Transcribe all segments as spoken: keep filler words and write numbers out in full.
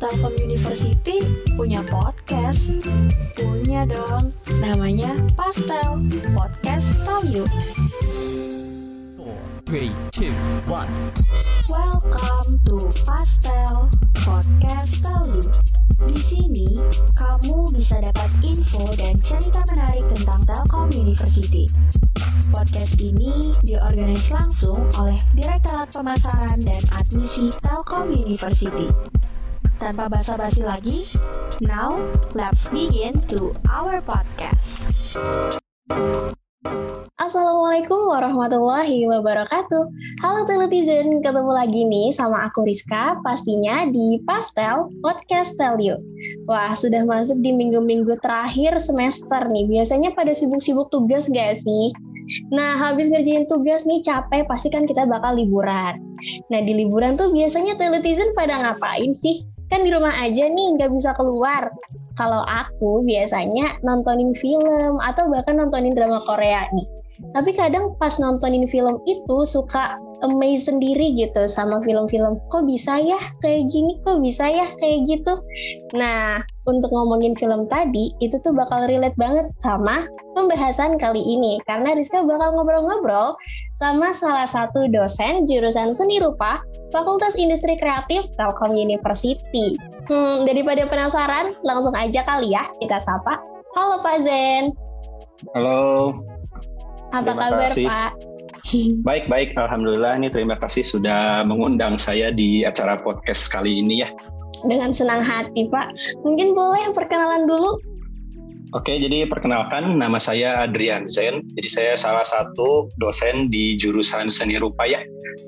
Telkom University punya podcast. Punya dong, namanya Pastel, Podcast Tell You. four, three, two, one. Welcome to Pastel, Podcast Tell You. Di sini, kamu bisa dapat info dan cerita menarik tentang Telkom University. Podcast ini diorganisasi langsung oleh Direktorat Pemasaran dan Admisi Telkom University. Tanpa basa-basi lagi, now let's begin to our podcast. Assalamualaikum warahmatullahi wabarakatuh. Halo Teletizen, ketemu lagi nih sama aku Rizka, pastinya di Pastel Podcast Tell You. Wah, sudah masuk di minggu-minggu terakhir semester nih. Biasanya pada sibuk-sibuk tugas gak sih? Nah, habis ngerjain tugas nih capek, pasti kan kita bakal liburan. Nah, di liburan tuh biasanya Teletizen pada ngapain sih? Kan di rumah aja nih, nggak bisa keluar. Kalau aku biasanya nontonin film atau bahkan nontonin drama Korea nih. Tapi kadang pas nontonin film itu suka amazed sendiri gitu sama film-film. Kok bisa ya kayak gini? Kok bisa ya kayak gitu? Nah, untuk ngomongin film tadi, itu tuh bakal relate banget sama pembahasan kali ini. Karena Rizka bakal ngobrol-ngobrol sama salah satu dosen jurusan Seni Rupa Fakultas Industri Kreatif Telkom University. Hmm, daripada penasaran, langsung aja kali ya kita sapa. Halo Pak Zen. Halo. Apa terima kabar kasih. Pak? Baik-baik, Alhamdulillah. Nih terima kasih sudah mengundang saya di acara podcast kali ini ya. Dengan senang hati Pak. Mungkin boleh perkenalan dulu? Oke, jadi perkenalkan nama saya Adrian Zen. Jadi saya salah satu dosen di jurusan Seni Rupa ya.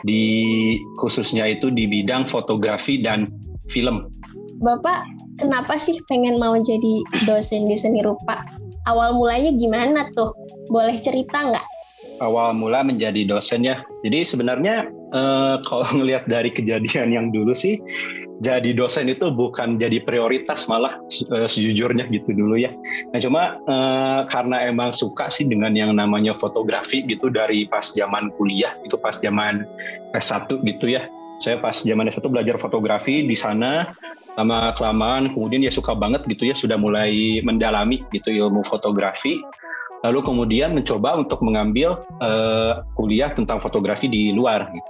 Di khususnya itu di bidang fotografi dan film. Bapak kenapa sih pengen mau jadi dosen di Seni Rupa? Awal mulanya gimana tuh? Boleh cerita nggak? Awal mula menjadi dosen ya. Jadi sebenarnya eh, kalau ngelihat dari kejadian yang dulu sih, jadi dosen itu bukan jadi prioritas, malah eh, sejujurnya gitu dulu ya. Nah cuma eh, karena emang suka sih dengan yang namanya fotografi gitu dari pas zaman kuliah, itu pas zaman S satu gitu ya. Saya pas zaman S satu belajar fotografi di sana. Lama kelamaan kemudian ya suka banget gitu ya, sudah mulai mendalami gitu ilmu fotografi, lalu kemudian mencoba untuk mengambil uh, kuliah tentang fotografi di luar gitu.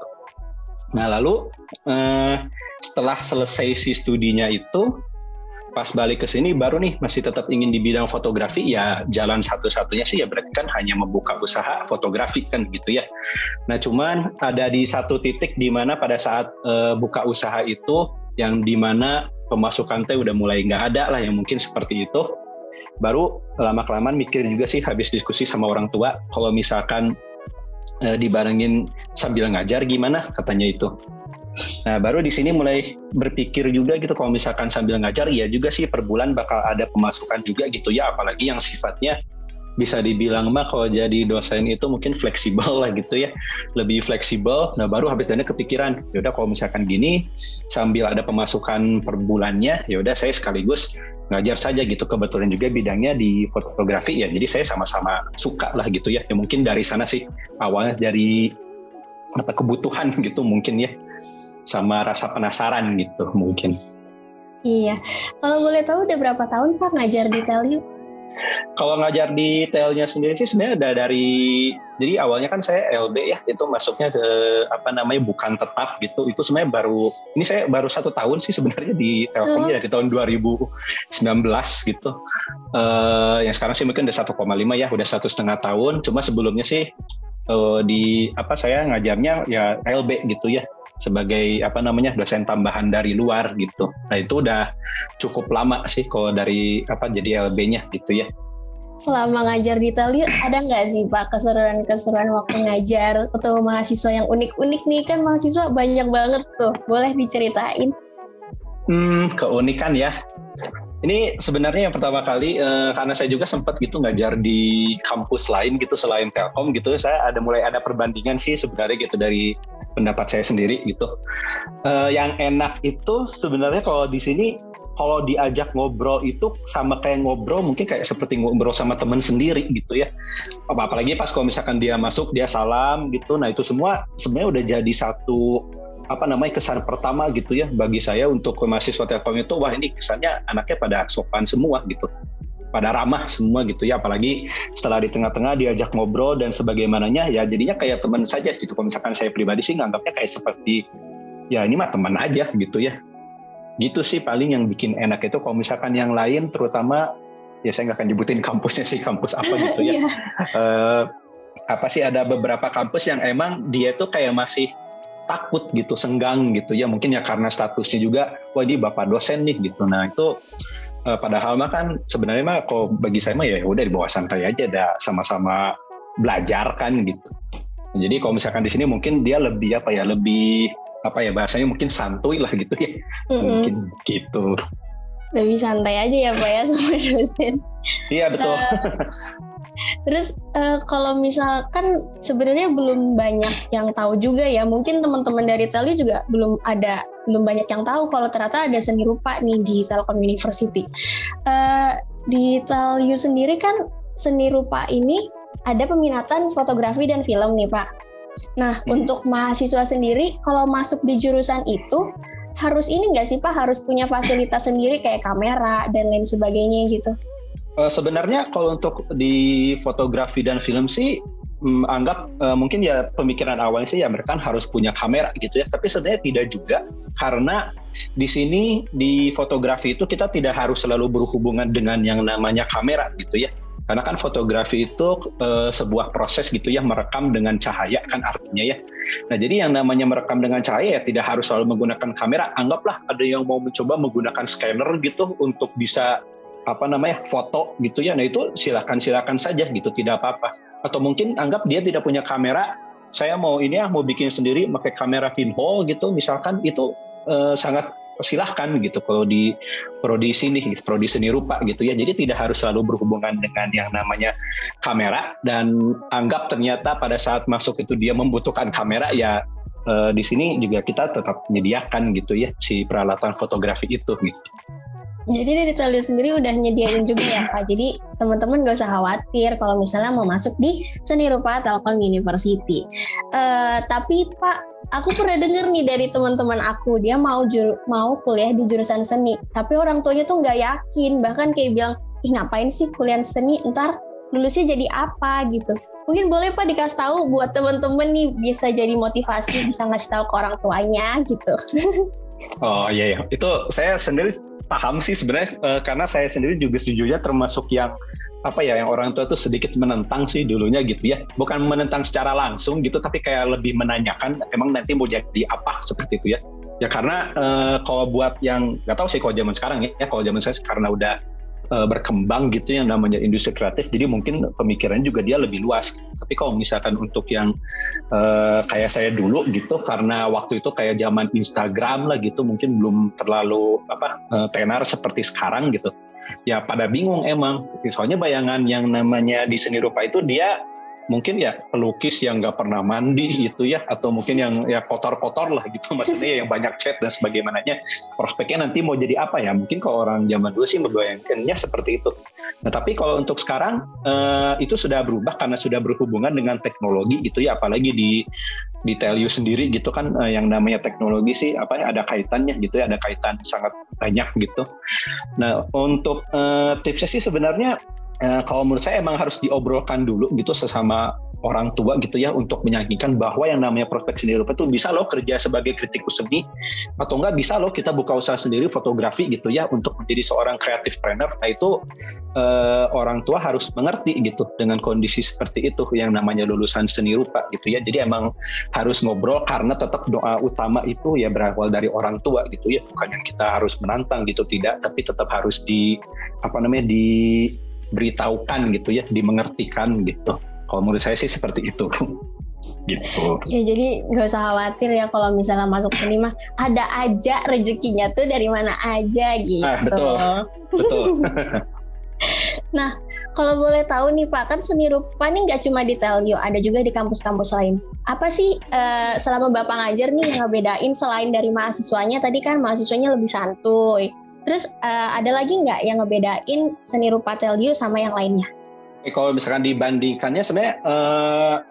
Nah lalu uh, setelah selesai si studinya itu, pas balik ke sini baru nih masih tetap ingin di bidang fotografi, ya jalan satu-satunya sih ya berarti kan hanya membuka usaha fotografi kan gitu ya. Nah cuman ada di satu titik di mana pada saat uh, buka usaha itu, yang dimana pemasukan teh udah mulai nggak ada lah, yang mungkin seperti itu. Baru lama-kelamaan mikir juga sih, habis diskusi sama orang tua, kalau misalkan e, dibarengin sambil ngajar gimana katanya itu. Nah baru di sini mulai berpikir juga gitu, kalau misalkan sambil ngajar ya juga sih per bulan bakal ada pemasukan juga gitu ya, apalagi yang sifatnya bisa dibilang mah kalau jadi dosen itu mungkin fleksibel lah gitu ya, lebih fleksibel. Nah baru habis dari kepikiran, yaudah kalau misalkan gini sambil ada pemasukan per bulannya, yaudah saya sekaligus ngajar saja gitu. Kebetulan juga bidangnya di fotografi ya, jadi saya sama-sama suka lah gitu ya. Ya mungkin dari sana sih awalnya, dari apa kebutuhan gitu mungkin ya, sama rasa penasaran gitu mungkin. Iya, kalau boleh tahu udah berapa tahun Pak ngajar di Tell You? Kalau ngajar di Telnya sendiri sih sebenarnya udah dari, jadi awalnya kan saya L B ya, itu masuknya ke apa namanya bukan tetap gitu. Itu sebenarnya baru, ini saya baru satu tahun sih sebenarnya di Telkom hmm. dari tahun dua ribu sembilan belas gitu. Uh, yang sekarang sih mungkin udah satu koma lima ya, udah satu setengah tahun. Cuma sebelumnya sih uh, di apa saya ngajarnya ya L B gitu ya, sebagai apa namanya dosen tambahan dari luar gitu. Nah itu udah cukup lama sih kalau dari apa jadi L B-nya gitu ya. Selama ngajar di Tell You ada nggak sih Pak keseruan-keseruan waktu ngajar atau mahasiswa yang unik-unik nih, kan mahasiswa banyak banget tuh, boleh diceritain? Hmm, keunikan ya. Ini sebenarnya yang pertama kali eh, karena saya juga sempat gitu ngajar di kampus lain gitu selain Telkom gitu, saya ada mulai ada perbandingan sih sebenarnya gitu dari pendapat saya sendiri gitu. Eh, yang enak itu sebenarnya kalau di sini, kalau diajak ngobrol itu sama kayak ngobrol, mungkin kayak seperti ngobrol sama teman sendiri gitu ya. Apalagi pas kalau misalkan dia masuk, dia salam gitu. Nah itu semua sebenarnya udah jadi satu apa namanya kesan pertama gitu ya bagi saya untuk mahasiswa Telkom itu, wah ini kesannya anaknya pada sopan semua gitu, pada ramah semua gitu ya, apalagi setelah di tengah-tengah diajak ngobrol dan sebagaimananya ya jadinya kayak teman saja gitu. Kalau misalkan saya pribadi sih nganggapnya kayak seperti ya ini mah teman aja gitu ya. Gitu sih paling yang bikin enak itu. Kalau misalkan yang lain terutama ya saya nggak akan nyebutin kampusnya sih, kampus apa gitu ya. uh, apa sih ada beberapa kampus yang emang dia tuh kayak masih takut gitu, senggang gitu ya, mungkin ya karena statusnya juga wah ini bapak dosen nih gitu. Nah itu eh, padahal mah kan sebenarnya mah kalau bagi saya mah ya udah dibawa santai aja, dah sama-sama belajar kan gitu. Jadi kalau misalkan di sini mungkin dia lebih apa ya, lebih apa ya bahasanya mungkin santuy lah gitu ya. Mm-hmm. Mungkin gitu. Lebih santai aja ya Pak ya sama dosen. Iya betul. Uh, terus uh, kalau misalkan sebenarnya belum banyak yang tahu juga ya, mungkin teman-teman dari Telyu juga belum ada, belum banyak yang tahu kalau ternyata ada seni rupa nih di Telkom University. Uh, di Telyu sendiri kan seni rupa ini ada peminatan fotografi dan film nih Pak. Nah hmm. untuk mahasiswa sendiri kalau masuk di jurusan itu harus ini nggak sih Pak, harus punya fasilitas sendiri kayak kamera dan lain sebagainya gitu? Uh, sebenarnya kalau untuk di fotografi dan film sih mm, anggap uh, mungkin ya pemikiran awalnya sih ya mereka harus punya kamera gitu ya, tapi sebenarnya tidak juga, karena di sini di fotografi itu kita tidak harus selalu berhubungan dengan yang namanya kamera gitu ya. Karena kan fotografi itu e, sebuah proses gitu ya, merekam dengan cahaya kan artinya ya. Nah jadi yang namanya merekam dengan cahaya ya tidak harus selalu menggunakan kamera. Anggaplah ada yang mau mencoba menggunakan scanner gitu untuk bisa apa namanya foto gitu ya. Nah itu silakan silakan saja gitu, tidak apa-apa. Atau mungkin anggap dia tidak punya kamera, saya mau ini ya mau bikin sendiri pakai kamera pinhole gitu misalkan, itu e, sangat silahkan gitu kalau di prodi sini gitu, prodi seni rupa gitu ya. Jadi tidak harus selalu berhubungan dengan yang namanya kamera, dan anggap ternyata pada saat masuk itu dia membutuhkan kamera ya eh, di sini juga kita tetap menyediakan gitu ya si peralatan fotografi itu gitu. Jadi dari Telyu sendiri udah nyediain juga ya Pak. Jadi teman-teman gak usah khawatir kalau misalnya mau masuk di seni rupa Telkom University. Uh, tapi Pak, aku pernah dengar nih dari teman-teman aku, dia mau juru, mau kuliah di jurusan seni, tapi orang tuanya tuh nggak yakin, bahkan kayak bilang, ih ngapain sih kuliah seni, ntar lulusnya jadi apa gitu. Mungkin boleh Pak dikasih tahu buat teman-teman nih, bisa jadi motivasi, bisa ngasih tahu ke orang tuanya gitu. Oh iya ya, itu saya sendiri paham sih sebenarnya, uh, karena saya sendiri juga sejujurnya termasuk yang apa ya, yang orang tua tuh sedikit menentang sih dulunya gitu ya, bukan menentang secara langsung gitu, tapi kayak lebih menanyakan emang nanti mau jadi apa seperti itu ya. Ya karena uh, kalau buat yang nggak tahu sih kalau zaman sekarang ya, kalau zaman saya karena udah uh, berkembang gitu yang namanya industri kreatif, jadi mungkin pemikirannya juga dia lebih luas. Tapi kalau misalkan untuk yang uh, kayak saya dulu gitu, karena waktu itu kayak zaman Instagram lah gitu, mungkin belum terlalu apa uh, tenar seperti sekarang gitu. Ya pada bingung emang, soalnya bayangan yang namanya di seni rupa itu dia mungkin ya pelukis yang nggak pernah mandi gitu ya, atau mungkin yang ya kotor-kotor lah gitu, maksudnya yang banyak cat dan sebagaimananya. Prospeknya nanti mau jadi apa ya, mungkin kalau orang zaman dulu sih membayangkannya seperti itu. Nah tapi kalau untuk sekarang eh, itu sudah berubah karena sudah berhubungan dengan teknologi gitu ya, apalagi di di Telyu sendiri gitu kan, eh, yang namanya teknologi sih apa ya, ada kaitannya gitu ya, ada kaitan sangat banyak gitu. Nah untuk eh, tipsnya sih sebenarnya Uh, kalau menurut saya emang harus diobrolkan dulu gitu sesama orang tua gitu ya, untuk meyakinkan bahwa yang namanya prospek seni rupa itu bisa loh kerja sebagai kritikus seni, atau enggak bisa loh kita buka usaha sendiri fotografi gitu ya untuk menjadi seorang creative planner. Nah itu uh, orang tua harus mengerti gitu dengan kondisi seperti itu yang namanya lulusan seni rupa gitu ya. Jadi emang harus ngobrol, karena tetap doa utama itu ya berawal dari orang tua gitu ya, bukan yang kita harus menantang gitu, tidak, tapi tetap harus di apa namanya di beritahukan gitu ya, dimengertikan gitu. Kalau menurut saya sih seperti itu. Gitu. Ya jadi nggak usah khawatir ya kalau misalnya masuk seni mah ada aja rezekinya tuh dari mana aja gitu. Ah, betul. Betul. Nah, kalau boleh tahu nih Pak, kan seni rupa nih nggak cuma di Telyu, ada juga di kampus-kampus lain. Apa sih uh, selama Bapak ngajar nih yang ngebedain selain dari mahasiswanya? Tadi kan mahasiswanya lebih santuy. Terus uh, ada lagi nggak yang ngebedain seni rupa Telyu sama yang lainnya? Kalau misalkan dibandingkannya sebenarnya uh,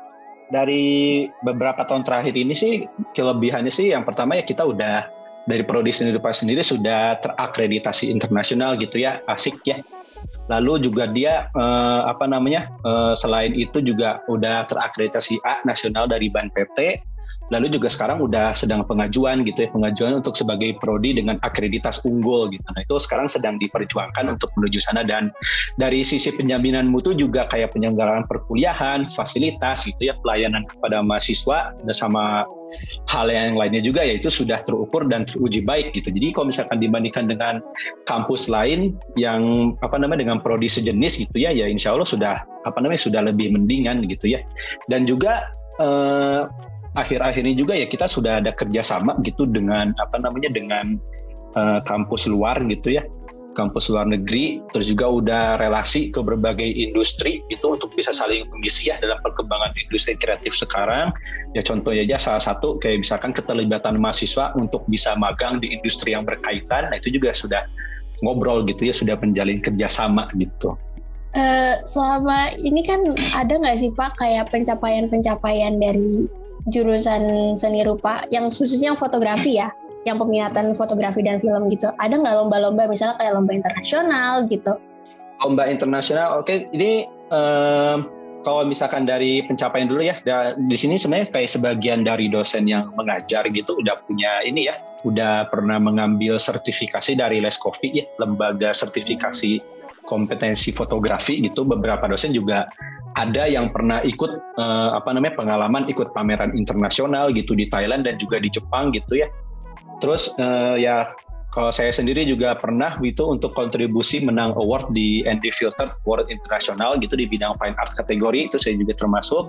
dari beberapa tahun terakhir ini sih kelebihannya sih yang pertama ya kita udah dari Prodi Seni Rupa sendiri sudah terakreditasi internasional gitu ya, asik ya. Lalu juga dia eh, apa namanya eh, selain itu juga udah terakreditasi A nasional dari Ban P T. Lalu juga sekarang udah sedang pengajuan gitu ya, pengajuan untuk sebagai prodi dengan akreditas unggul gitu. Nah itu sekarang sedang diperjuangkan untuk menuju sana, dan dari sisi penjaminan mutu juga kayak penyelenggaraan perkuliahan, fasilitas gitu ya, pelayanan kepada mahasiswa dan sama hal yang lainnya juga ya itu sudah terukur dan teruji baik gitu. Jadi kalau misalkan dibandingkan dengan kampus lain yang apa namanya dengan prodi sejenis gitu ya, ya insya Allah sudah apa namanya sudah lebih mendingan gitu ya. Dan juga eh, akhir-akhir ini juga ya kita sudah ada kerjasama gitu dengan apa namanya dengan uh, kampus luar gitu ya, kampus luar negeri, terus juga udah relasi ke berbagai industri itu untuk bisa saling mengisi ya dalam perkembangan industri kreatif sekarang. Ya contohnya aja salah satu kayak misalkan keterlibatan mahasiswa untuk bisa magang di industri yang berkaitan, nah itu juga sudah ngobrol gitu ya, sudah menjalin kerjasama gitu. Uh, selama ini kan ada nggak sih Pak kayak pencapaian-pencapaian dari jurusan seni rupa yang khususnya fotografi ya, yang peminatan fotografi dan film gitu, ada nggak lomba-lomba misalnya kayak lomba internasional gitu? Lomba internasional, oke. Okay. Ini um, kalau misalkan dari pencapaian dulu ya, di sini sebenarnya kayak sebagian dari dosen yang mengajar gitu udah punya ini ya, udah pernah mengambil sertifikasi dari Leskofi ya, lembaga sertifikasi kompetensi fotografi gitu. Beberapa dosen juga ada yang pernah ikut eh, apa namanya pengalaman ikut pameran internasional gitu di Thailand dan juga di Jepang gitu ya. Terus eh, ya kalau saya sendiri juga pernah itu untuk kontribusi menang award di Andy Filtered World International gitu di bidang fine art kategori, itu saya juga termasuk.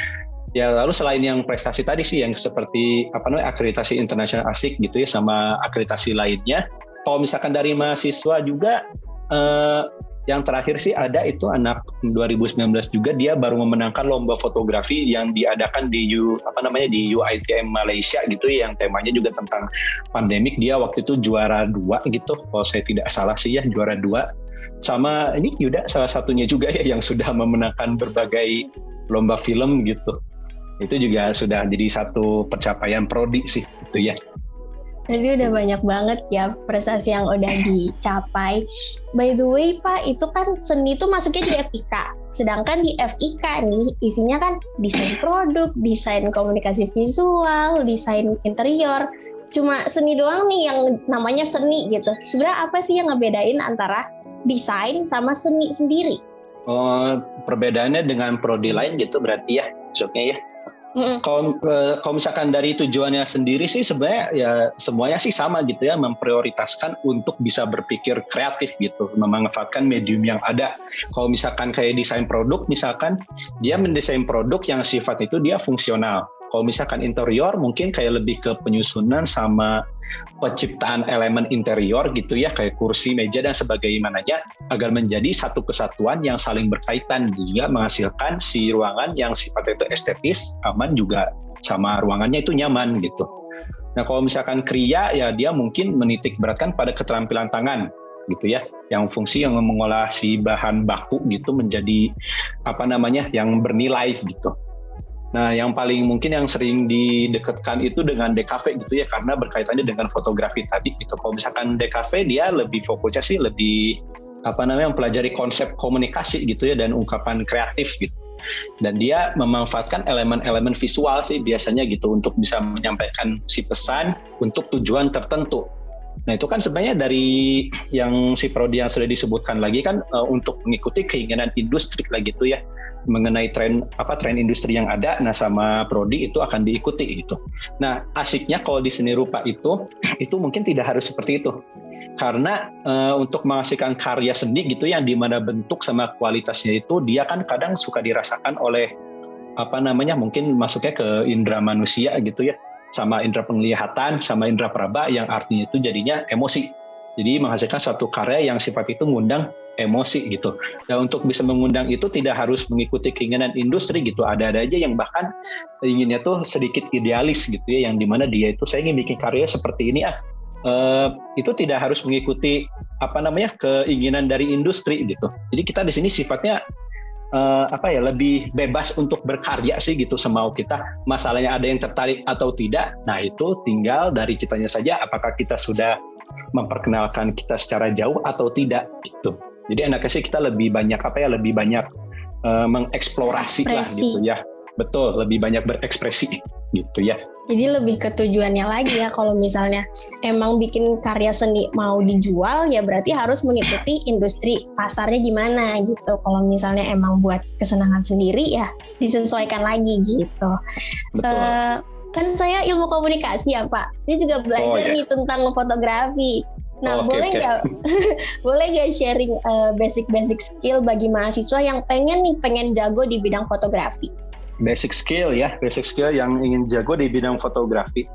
Ya lalu selain yang prestasi tadi sih yang seperti apa namanya akreditasi internasional asik gitu ya sama akreditasi lainnya. Kalau misalkan dari mahasiswa juga eh, yang terakhir sih ada itu anak dua ribu sembilan belas juga dia baru memenangkan lomba fotografi yang diadakan di U apa namanya di U I T M Malaysia gitu yang temanya juga tentang pandemik. Dia waktu itu juara dua gitu kalau saya tidak salah sih ya, juara dua. Sama ini Yuda salah satunya juga ya yang sudah memenangkan berbagai lomba film gitu. Itu juga sudah jadi satu pencapaian prodi sih gitu ya. Jadi udah banyak banget ya prestasi yang udah dicapai. By the way Pak, itu kan seni itu masuknya di F I K. Sedangkan di F I K nih isinya kan desain produk, desain komunikasi visual, desain interior. Cuma seni doang nih yang namanya seni gitu. Sebenarnya apa sih yang ngebedain antara desain sama seni sendiri? Oh, perbedaannya dengan prodi lain gitu berarti ya maksudnya ya. Mm-hmm. Kalau, kalau misalkan dari tujuannya sendiri sih sebenarnya ya semuanya sih sama gitu ya, memprioritaskan untuk bisa berpikir kreatif gitu, memanfaatkan medium yang ada. Kalau misalkan kayak desain produk, misalkan dia mendesain produk yang sifat itu dia fungsional. Kalau misalkan interior mungkin kayak lebih ke penyusunan sama penciptaan elemen interior gitu ya, kayak kursi, meja dan sebagaimananya agar menjadi satu kesatuan yang saling berkaitan juga menghasilkan si ruangan yang sifatnya itu estetis, aman juga sama ruangannya itu nyaman gitu. Nah kalau misalkan kriya ya dia mungkin menitik beratkan pada keterampilan tangan gitu ya, yang fungsi yang mengolah si bahan baku gitu menjadi apa namanya yang bernilai gitu. Nah, yang paling mungkin yang sering didekatkan itu dengan D K V gitu ya, karena berkaitannya dengan fotografi tadi gitu. Kalau misalkan D K V dia lebih fokusnya sih lebih apa namanya mempelajari konsep komunikasi gitu ya dan ungkapan kreatif gitu. Dan dia memanfaatkan elemen-elemen visual sih biasanya gitu untuk bisa menyampaikan si pesan untuk tujuan tertentu. Nah itu kan sebenarnya dari yang si prodi yang sudah disebutkan lagi kan uh, untuk mengikuti keinginan industri lah gitu ya, mengenai tren apa tren industri yang ada. Nah sama prodi itu akan diikuti gitu. Nah asiknya kalau di seni rupa itu itu mungkin tidak harus seperti itu, karena uh, untuk menghasilkan karya seni gitu yang dimana bentuk sama kualitasnya itu dia kan kadang suka dirasakan oleh apa namanya mungkin masuknya ke indera manusia gitu ya, sama indera penglihatan, sama indera peraba yang artinya itu jadinya emosi. Jadi menghasilkan satu karya yang sifat itu mengundang emosi gitu. Dan untuk bisa mengundang itu tidak harus mengikuti keinginan industri gitu. Ada-ada aja yang bahkan inginnya tuh sedikit idealis gitu ya, yang dimana dia itu saya ingin bikin karya seperti ini ah. Uh, itu tidak harus mengikuti apa namanya keinginan dari industri gitu. Jadi kita di sini sifatnya uh, apa ya lebih bebas untuk berkarya sih gitu semau kita. Masalahnya ada yang tertarik atau tidak, nah itu tinggal dari kitanya saja apakah kita sudah memperkenalkan kita secara jauh atau tidak gitu. Jadi enaknya sih kita lebih banyak apa ya lebih banyak uh, mengeksplorasi lah gitu ya. Betul, lebih banyak berekspresi gitu ya. Jadi lebih ke tujuannya lagi ya, kalau misalnya emang bikin karya seni mau dijual ya berarti harus mengikuti industri pasarnya gimana gitu. Kalau misalnya emang buat kesenangan sendiri ya disesuaikan lagi gitu. Betul. Uh, kan saya ilmu komunikasi ya Pak, saya juga belajar oh, yeah. nih tentang fotografi. Nah, oh, okay, boleh nggak okay. boleh nggak sharing uh, basic-basic skill bagi mahasiswa yang pengen nih pengen jago di bidang fotografi? Basic skill ya, basic skill yang ingin jago di bidang fotografi.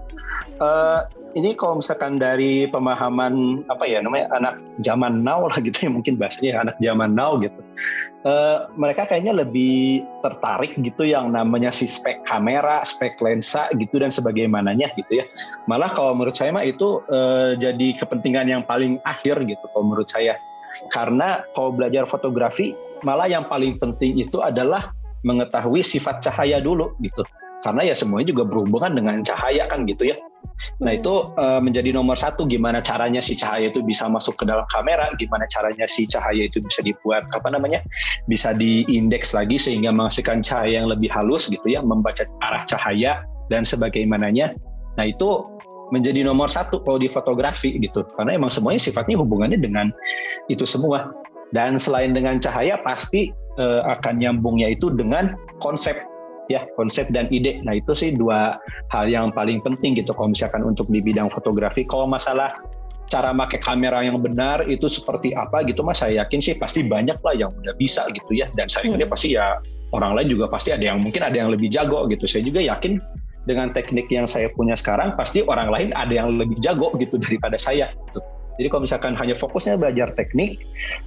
Uh, ini kalau misalkan dari pemahaman apa ya namanya anak zaman now lah gitu ya mungkin bahasanya anak zaman now gitu. Uh, mereka kayaknya lebih tertarik gitu yang namanya si spek kamera, spek lensa gitu dan sebagaimananya gitu ya. Malah kalau menurut saya mah itu uh, jadi kepentingan yang paling akhir gitu kalau menurut saya. Karena kalau belajar fotografi malah yang paling penting itu adalah mengetahui sifat cahaya dulu gitu. Karena ya semuanya juga berhubungan dengan cahaya kan gitu ya. Nah itu uh, menjadi nomor satu gimana caranya si cahaya itu bisa masuk ke dalam kamera, gimana caranya si cahaya itu bisa dibuat apa namanya bisa diindeks lagi sehingga menghasilkan cahaya yang lebih halus gitu ya, membaca arah cahaya dan sebagaimananya. Nah itu menjadi nomor satu kalau di fotografi gitu. Karena emang semuanya sifatnya hubungannya dengan itu semua. Dan selain dengan cahaya pasti uh, akan nyambungnya itu dengan konsep ya konsep dan ide. Nah itu sih dua hal yang paling penting gitu kalau misalkan untuk di bidang fotografi. Kalau masalah cara pakai kamera yang benar itu seperti apa gitu mas saya yakin sih pasti banyak lah yang udah bisa gitu ya. Dan saya yakin hmm. pasti ya orang lain juga pasti ada yang mungkin ada yang lebih jago gitu. Saya juga yakin dengan teknik yang saya punya sekarang pasti orang lain ada yang lebih jago gitu daripada saya gitu. Jadi kalau misalkan hanya fokusnya belajar teknik,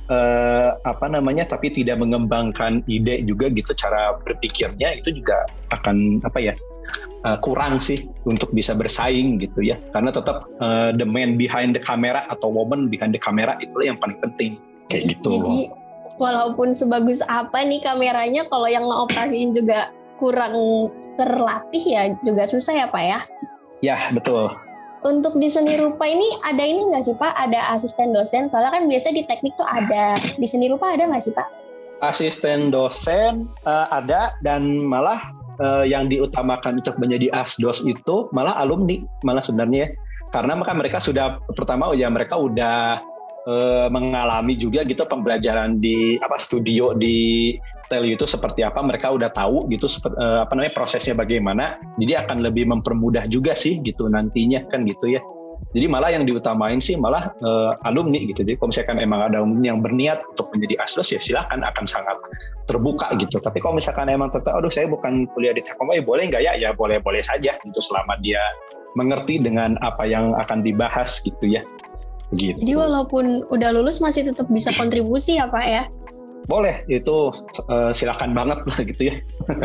eh, apa namanya, tapi tidak mengembangkan ide juga gitu cara berpikirnya itu juga akan apa ya uh, kurang sih untuk bisa bersaing gitu ya. Karena tetap uh, the man behind the camera atau woman behind the camera itu yang paling penting kayak gitu. Jadi walaupun sebagus apa nih kameranya, kalau yang ngoperasiin juga kurang terlatih ya juga susah ya Pak ya? Ya betul. Untuk di seni rupa ini ada ini nggak sih Pak? Ada asisten dosen? Soalnya kan biasa di teknik tuh ada. Di seni rupa ada nggak sih Pak? Asisten dosen uh, ada dan malah uh, yang diutamakan untuk menjadi asdos itu malah alumni malah sebenarnya. Karena maka mereka sudah pertama ya mereka udah uh, mengalami juga gitu pembelajaran di apa studio di Telio itu seperti apa, mereka udah tahu gitu seperti, uh, apa namanya prosesnya bagaimana, jadi akan lebih mempermudah juga sih gitu nantinya kan gitu ya. Jadi malah yang diutamain sih malah uh, alumni gitu. Jadi kalau misalkan emang ada alumni yang berniat untuk menjadi asdos ya silakan, akan sangat terbuka gitu. Tapi kalau misalkan emang ternyata aduh saya bukan kuliah di Telkom, ya boleh nggak ya? Ya boleh-boleh saja gitu selama dia mengerti dengan apa yang akan dibahas gitu ya. Gitu. Jadi walaupun udah lulus masih tetap bisa kontribusi ya Pak ya? Boleh, itu uh, silakan banget lah gitu ya.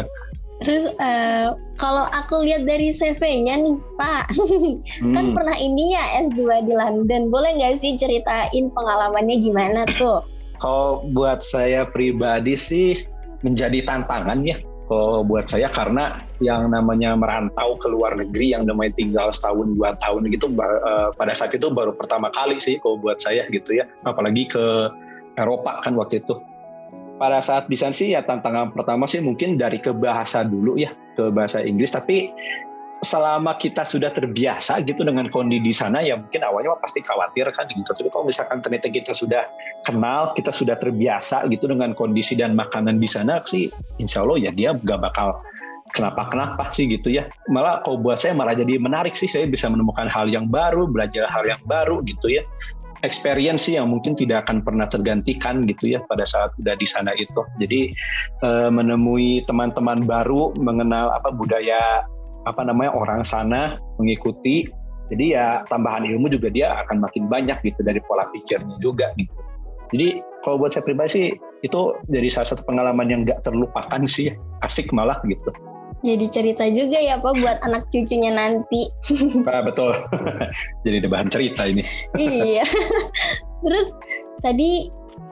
Terus uh, kalau aku lihat dari C V-nya nih Pak, hmm. kan pernah ini ya S dua di London. Boleh nggak sih ceritain pengalamannya gimana tuh? Kalau buat saya pribadi sih menjadi tantangan ya. Kalau buat saya karena yang namanya merantau ke luar negeri yang namanya tinggal setahun dua tahun gitu uh, pada saat itu baru pertama kali sih kalau buat saya gitu ya. Apalagi ke Eropa kan waktu itu. Pada saat di sana sih ya tantangan pertama sih mungkin dari ke bahasa dulu ya, ke bahasa Inggris. Tapi selama kita sudah terbiasa gitu dengan kondisi di sana ya mungkin awalnya pasti khawatir kan gitu. Tapi kalau misalkan ternyata kita sudah kenal, kita sudah terbiasa gitu dengan kondisi dan makanan di sana sih insya Allah ya dia gak bakal kenapa-kenapa sih gitu ya. Malah kalau buat saya malah jadi menarik sih, saya bisa menemukan hal yang baru, belajar hal yang baru gitu ya. Experience yang mungkin tidak akan pernah tergantikan gitu ya pada saat udah di sana itu. Jadi e, menemui teman-teman baru, mengenal apa budaya apa namanya orang sana, mengikuti. Jadi ya tambahan ilmu juga dia akan makin banyak gitu dari pola pikirnya juga gitu. Jadi kalau buat saya pribadi sih itu jadi salah satu pengalaman yang gak terlupakan sih ya. Asik malah gitu. Jadi cerita juga ya Pak buat anak cucunya nanti. Nah, betul. Jadi ada bahan cerita ini. Iya. Terus tadi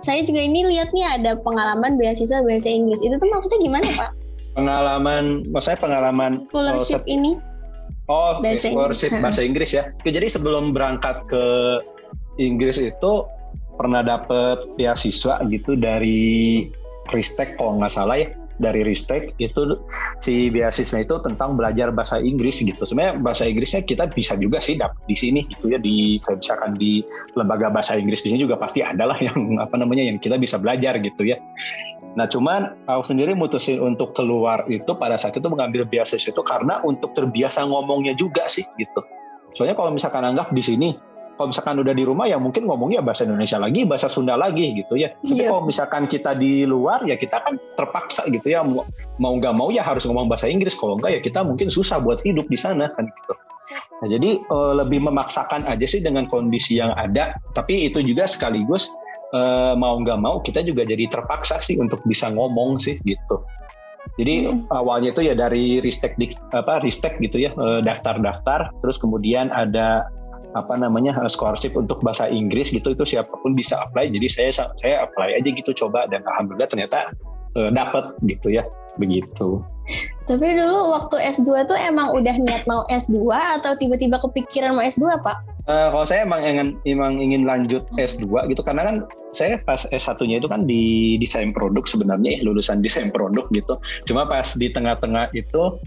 saya juga ini lihat nih ada pengalaman beasiswa bahasa Inggris. Itu tuh maksudnya gimana, Pak? Pengalaman, maksudnya pengalaman scholarship oh, ini? Oh, bahasa scholarship Inggris. bahasa Inggris ya. Jadi sebelum berangkat ke Inggris itu pernah dapet beasiswa gitu dari Ristek kalau nggak salah ya. Dari Ristek itu si beasiswa itu tentang belajar bahasa Inggris gitu. Sebenarnya bahasa Inggrisnya kita bisa juga sih dapet di sini gitu ya, di kayak misalkan di lembaga bahasa Inggris di sini juga pasti ada lah yang apa namanya yang kita bisa belajar gitu ya. Nah cuman aku sendiri mutusin untuk keluar itu pada saat itu mengambil beasiswa itu karena untuk terbiasa ngomongnya juga sih gitu. Soalnya kalau misalkan anggap di sini, kalau misalkan udah di rumah ya mungkin ngomongnya bahasa Indonesia lagi, bahasa Sunda lagi gitu ya. Tapi Iya. kalau misalkan kita di luar ya kita kan terpaksa gitu ya, mau mau nggak mau ya harus ngomong bahasa Inggris. Kalau enggak ya kita mungkin susah buat hidup di sana kan gitu. Nah, jadi eh, lebih memaksakan aja sih dengan kondisi yang ada. Tapi itu juga sekaligus eh, mau nggak mau kita juga jadi terpaksa sih untuk bisa ngomong sih gitu. Jadi hmm. awalnya itu ya dari Ristek apa Ristek gitu ya, eh, daftar-daftar, terus kemudian ada apa namanya scholarship untuk bahasa Inggris gitu, itu siapapun bisa apply. Jadi saya saya apply aja gitu coba, dan alhamdulillah ternyata uh, dapat gitu ya, begitu. Tapi dulu waktu S dua tuh emang udah niat mau S dua atau tiba-tiba kepikiran mau S dua, Pak? Uh, kalau saya emang ingin emang ingin lanjut S dua gitu, karena kan saya pas S satu-nya itu kan di desain produk sebenarnya, lulusan desain produk gitu. Cuma pas di tengah-tengah itu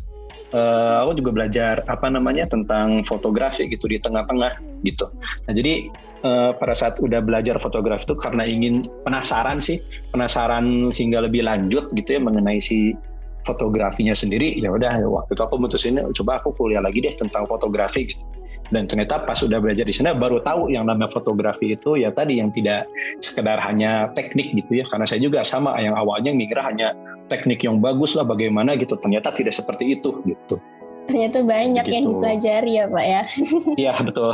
Uh, aku juga belajar apa namanya tentang fotografi gitu di tengah-tengah gitu. Nah jadi uh, pada saat udah belajar fotografi itu karena ingin penasaran sih, penasaran hingga lebih lanjut gitu ya mengenai si fotografinya sendiri. Ya udah waktu itu aku mutusin coba aku kuliah lagi deh tentang fotografi gitu. Dan ternyata pas udah belajar di sana baru tahu yang namanya fotografi itu ya tadi yang tidak sekedar hanya teknik gitu ya. Karena saya juga sama yang awalnya mengira hanya teknik yang bagus lah bagaimana gitu, ternyata tidak seperti itu gitu. Ternyata banyak gitu. Yang dipelajari ya Pak ya. Iya betul.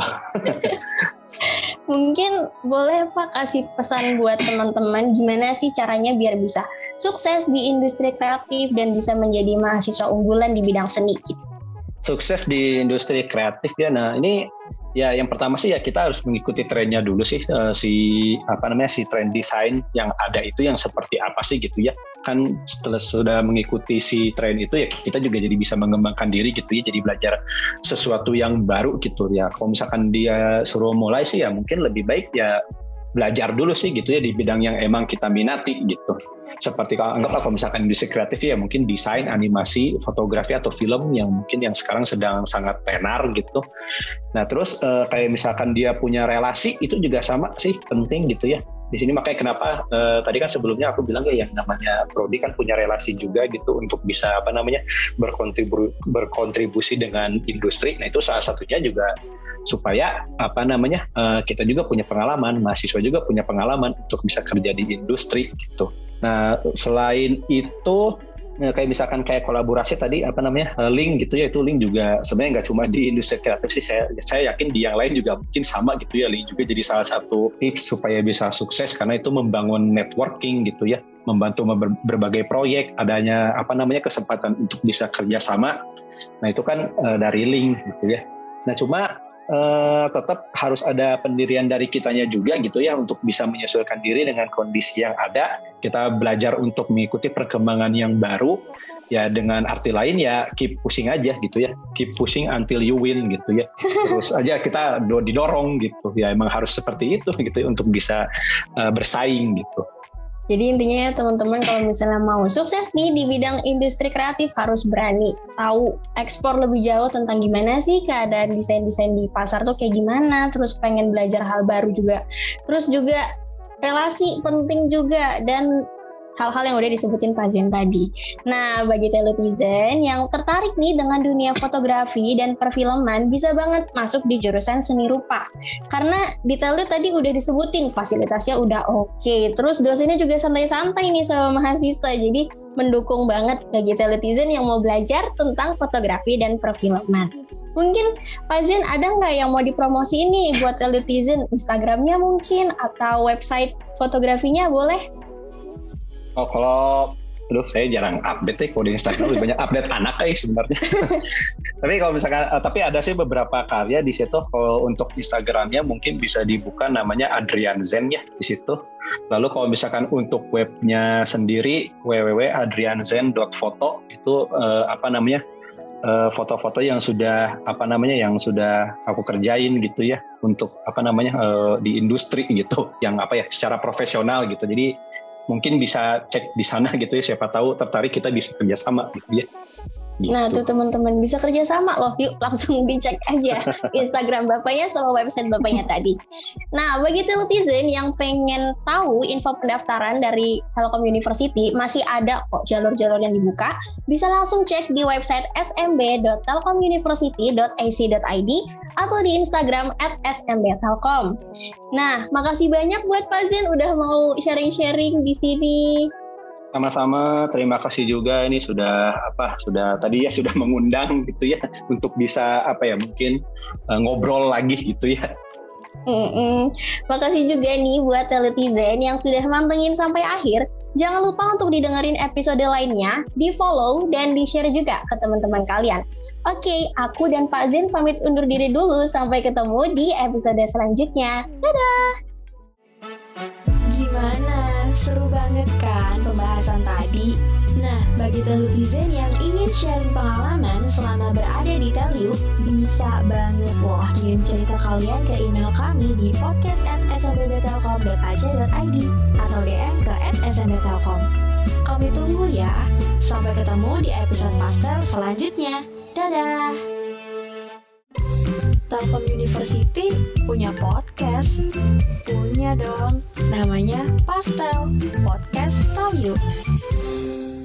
Mungkin boleh Pak kasih pesan buat teman-teman gimana sih caranya biar bisa sukses di industri kreatif dan bisa menjadi mahasiswa unggulan di bidang seni gitu. Sukses di industri kreatif ya. Nah ini ya yang pertama sih ya kita harus mengikuti trennya dulu sih, uh, si apa namanya si tren desain yang ada itu yang seperti apa sih gitu ya. Kan setelah sudah mengikuti si tren itu ya kita juga jadi bisa mengembangkan diri gitu ya, jadi belajar sesuatu yang baru gitu ya. Kalau misalkan dia suruh mulai sih ya mungkin lebih baik ya belajar dulu sih gitu ya di bidang yang emang kita minati gitu. Seperti kalau anggaplah kalau misalkan industri kreatif ya mungkin desain, animasi, fotografi atau film yang mungkin yang sekarang sedang sangat tenar gitu. Nah terus eh, kayak misalkan dia punya relasi itu juga sama sih penting gitu ya. Di sini makanya kenapa eh, tadi kan sebelumnya aku bilang ya yang namanya prodi kan punya relasi juga gitu untuk bisa apa namanya berkontribu berkontribusi dengan industri. Nah itu salah satunya juga supaya apa namanya eh, kita juga punya pengalaman, mahasiswa juga punya pengalaman untuk bisa kerja di industri gitu. Nah selain itu kayak misalkan kayak kolaborasi tadi apa namanya link gitu ya, itu link juga sebenarnya nggak cuma di industri kreatif sih, saya saya yakin di yang lain juga mungkin sama gitu ya. Link juga jadi salah satu tips supaya bisa sukses karena itu membangun networking gitu ya, membantu ber- berbagai proyek, adanya apa namanya kesempatan untuk bisa kerjasama. Nah itu kan uh, dari link gitu ya. Nah cuma Uh, tetap harus ada pendirian dari kitanya juga gitu ya untuk bisa menyesuaikan diri dengan kondisi yang ada. Kita belajar untuk mengikuti perkembangan yang baru ya, dengan arti lain ya keep pushing aja gitu ya, keep pushing until you win gitu ya. Terus aja kita didorong gitu ya, emang harus seperti itu gitu ya, untuk bisa uh, bersaing gitu. Jadi intinya ya teman-teman kalau misalnya mau sukses nih di bidang industri kreatif harus berani tahu ekspor lebih jauh tentang gimana sih keadaan desain-desain di pasar tuh kayak gimana, terus pengen belajar hal baru juga. Terus juga relasi penting juga dan hal-hal yang udah disebutin Pak Zen tadi. Nah, bagi telutizen yang tertarik nih dengan dunia fotografi dan perfilman bisa banget masuk di jurusan seni rupa. Karena di Telut tadi udah disebutin fasilitasnya udah oke. Okay. Terus dosennya juga santai-santai nih sama mahasiswa. Jadi mendukung banget bagi telutizen yang mau belajar tentang fotografi dan perfilman. Mungkin Pak Zen ada nggak yang mau dipromosi ini buat telutizen? Instagramnya mungkin atau website fotografinya boleh? Oh, kalau Aduh, saya jarang update ya, kalau di Instagram lebih banyak update anak kayak sebenarnya. Tapi kalau misalkan, uh, tapi ada sih beberapa karya di situ. Kalau untuk Instagramnya mungkin bisa dibuka, namanya Adrian Zen ya di situ. Lalu kalau misalkan untuk webnya sendiri w w w titik adrian zen dot photo itu uh, apa namanya uh, foto-foto yang sudah apa namanya yang sudah aku kerjain gitu ya untuk apa namanya uh, di industri gitu, yang apa ya secara profesional gitu. Jadi mungkin bisa cek di sana gitu ya, siapa tahu tertarik kita bisa kerjasama gitu ya. Gitu. Nah tuh teman-teman bisa kerja sama loh, yuk langsung dicek aja Instagram bapaknya sama website bapaknya tadi. Nah bagi Telutizen yang pengen tahu info pendaftaran dari Telkom University, masih ada kok jalur-jalur yang dibuka. Bisa langsung cek di website s m b dot telkom university dot a c dot i d atau di Instagram at s m b telkom. Nah makasih banyak buat Pak Zen udah mau sharing-sharing di sini. Sama-sama, terima kasih juga ini sudah apa sudah tadi ya sudah mengundang gitu ya untuk bisa apa ya mungkin uh, ngobrol lagi gitu ya. Mm-mm. Makasih juga nih buat Telutizen yang sudah mantengin sampai akhir. Jangan lupa untuk didengerin episode lainnya, di follow dan di share juga ke teman-teman kalian. Oke, aku dan Pak Zen pamit undur diri dulu, sampai ketemu di episode selanjutnya. Dadah. Gimana? Seru banget kan pembahasan tadi? Nah, bagi Telutizen yang ingin sharing pengalaman selama berada di Teliu, bisa banget loh kirim cerita kalian ke email kami di podcast at s m b b telkom dot a c dot i d atau D M ke at s m b telkom. Kami tunggu ya. Sampai ketemu di episode Pastel selanjutnya. Dadah! Telkom University punya podcast? Punya dong, namanya Pastel, Podcast Teliu.